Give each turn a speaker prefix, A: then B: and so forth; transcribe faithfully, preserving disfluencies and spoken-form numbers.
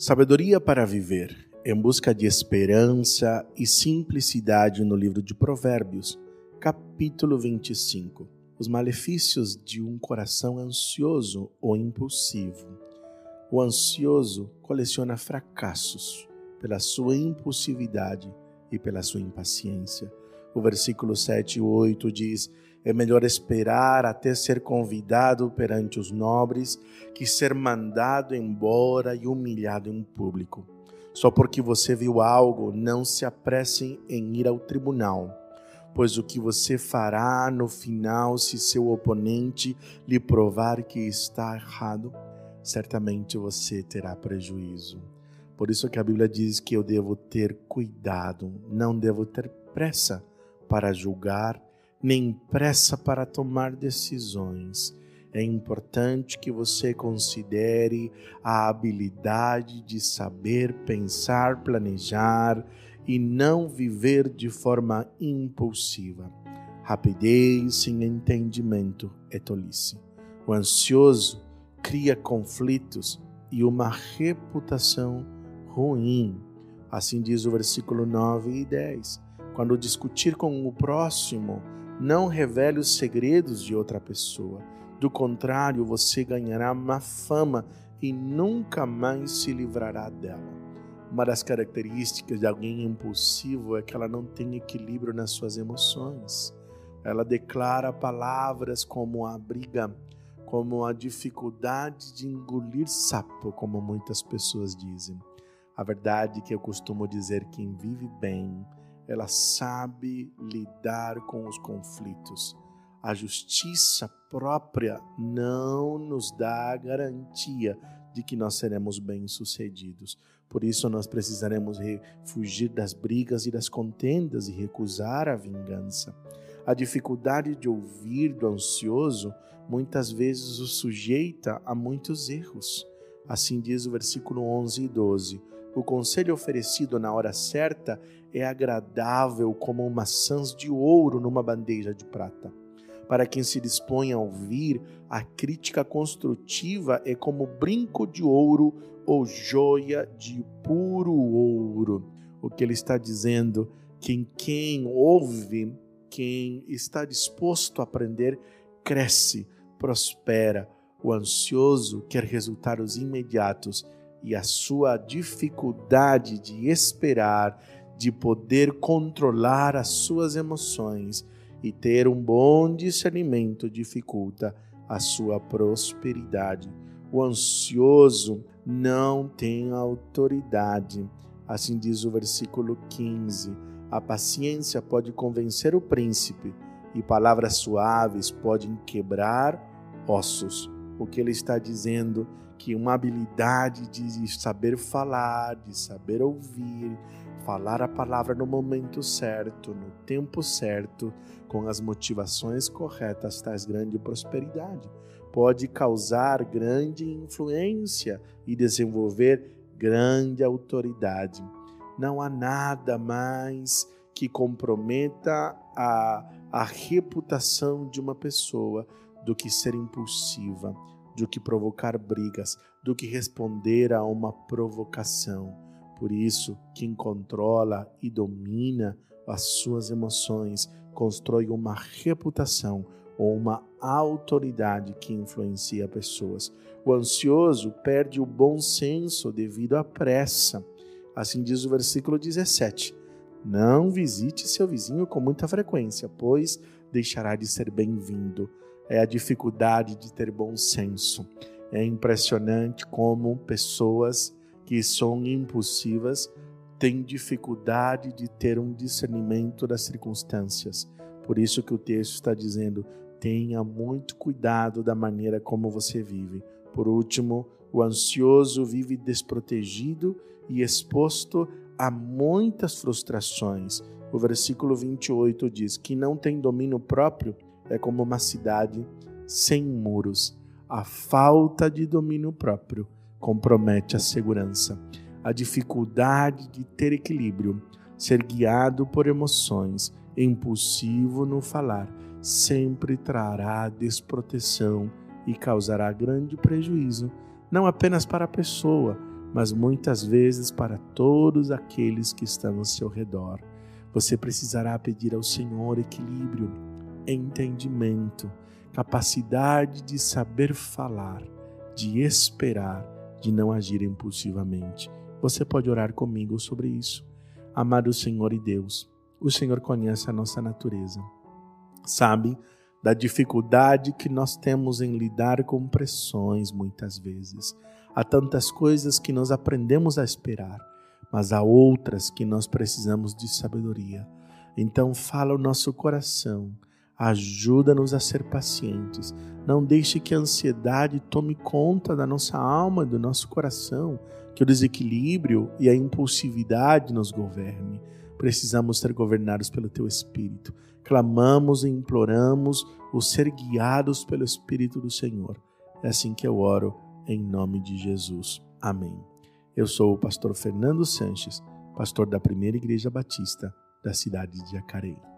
A: Sabedoria para viver, em busca de esperança e simplicidade no livro de Provérbios, capítulo vinte e cinco. Os malefícios de um coração ansioso ou impulsivo. O ansioso coleciona fracassos pela sua impulsividade e pela sua impaciência. O versículo sete e oito diz: é melhor esperar até ser convidado perante os nobres que ser mandado embora e humilhado em público. Só porque você viu algo, não se apressem em ir ao tribunal, pois o que você fará no final, se seu oponente lhe provar que está errado, certamente você terá prejuízo. Por isso que a Bíblia diz que eu devo ter cuidado, não devo ter pressa para julgar, nem pressa para tomar decisões. É importante que você considere a habilidade de saber pensar, planejar e não viver de forma impulsiva. Rapidez sem entendimento é tolice. O ansioso cria conflitos e uma reputação ruim. Assim diz o versículo nove e dez. Quando discutir com o próximo, não revele os segredos de outra pessoa. Do contrário, você ganhará má fama e nunca mais se livrará dela. Uma das características de alguém impulsivo é que ela não tem equilíbrio nas suas emoções. Ela declara palavras como a briga, como a dificuldade de engolir sapo, como muitas pessoas dizem. A verdade é que eu costumo dizer que quem vive bem, ela sabe lidar com os conflitos. A justiça própria não nos dá a garantia de que nós seremos bem-sucedidos. Por isso nós precisaremos fugir das brigas e das contendas e recusar a vingança. A dificuldade de ouvir do ansioso muitas vezes o sujeita a muitos erros. Assim diz o versículo onze e doze. O conselho oferecido na hora certa é agradável como maçãs de ouro numa bandeja de prata. Para quem se dispõe a ouvir, a crítica construtiva é como brinco de ouro ou joia de puro ouro. O que ele está dizendo, que quem ouve, quem está disposto a aprender, cresce, prospera. O ansioso quer resultados imediatos e a sua dificuldade de esperar, de poder controlar as suas emoções e ter um bom discernimento dificulta a sua prosperidade. O ansioso não tem autoridade. Assim diz o versículo quinze. A paciência pode convencer o príncipe e palavras suaves podem quebrar ossos. O que ele está dizendo que uma habilidade de saber falar, de saber ouvir, falar a palavra no momento certo, no tempo certo, com as motivações corretas, traz grande prosperidade. Pode causar grande influência e desenvolver grande autoridade. Não há nada mais que comprometa a, a reputação de uma pessoa do que ser impulsiva, do que provocar brigas, do que responder a uma provocação. Por isso, quem controla e domina as suas emoções constrói uma reputação ou uma autoridade que influencia pessoas. O ansioso perde o bom senso devido à pressa. Assim diz o versículo dezessete. Não visite seu vizinho com muita frequência, pois deixará de ser bem-vindo. É a dificuldade de ter bom senso. É impressionante como pessoas que são impulsivas têm dificuldade de ter um discernimento das circunstâncias. Por isso que o texto está dizendo, tenha muito cuidado da maneira como você vive. Por último, o ansioso vive desprotegido e exposto a muitas frustrações. O versículo vinte e oito diz que não tem domínio próprio é como uma cidade sem muros. A falta de domínio próprio compromete a segurança. A dificuldade de ter equilíbrio, ser guiado por emoções, impulsivo no falar, sempre trará desproteção e causará grande prejuízo, não apenas para a pessoa, mas muitas vezes para todos aqueles que estão ao seu redor. Você precisará pedir ao Senhor equilíbrio, entendimento, capacidade de saber falar, de esperar, de não agir impulsivamente. Você pode orar comigo sobre isso. Amado Senhor e Deus, o Senhor conhece a nossa natureza. Sabe da dificuldade que nós temos em lidar com pressões muitas vezes. Há tantas coisas que nós aprendemos a esperar, mas há outras que nós precisamos de sabedoria. Então fala o nosso coração, ajuda-nos a ser pacientes. Não deixe que a ansiedade tome conta da nossa alma, do nosso coração, que o desequilíbrio e a impulsividade nos governe. Precisamos ser governados pelo Teu Espírito. Clamamos e imploramos o ser guiados pelo Espírito do Senhor. É assim que eu oro, em nome de Jesus. Amém. Eu sou o pastor Fernando Sanches, pastor da Primeira Igreja Batista da cidade de Jacareí.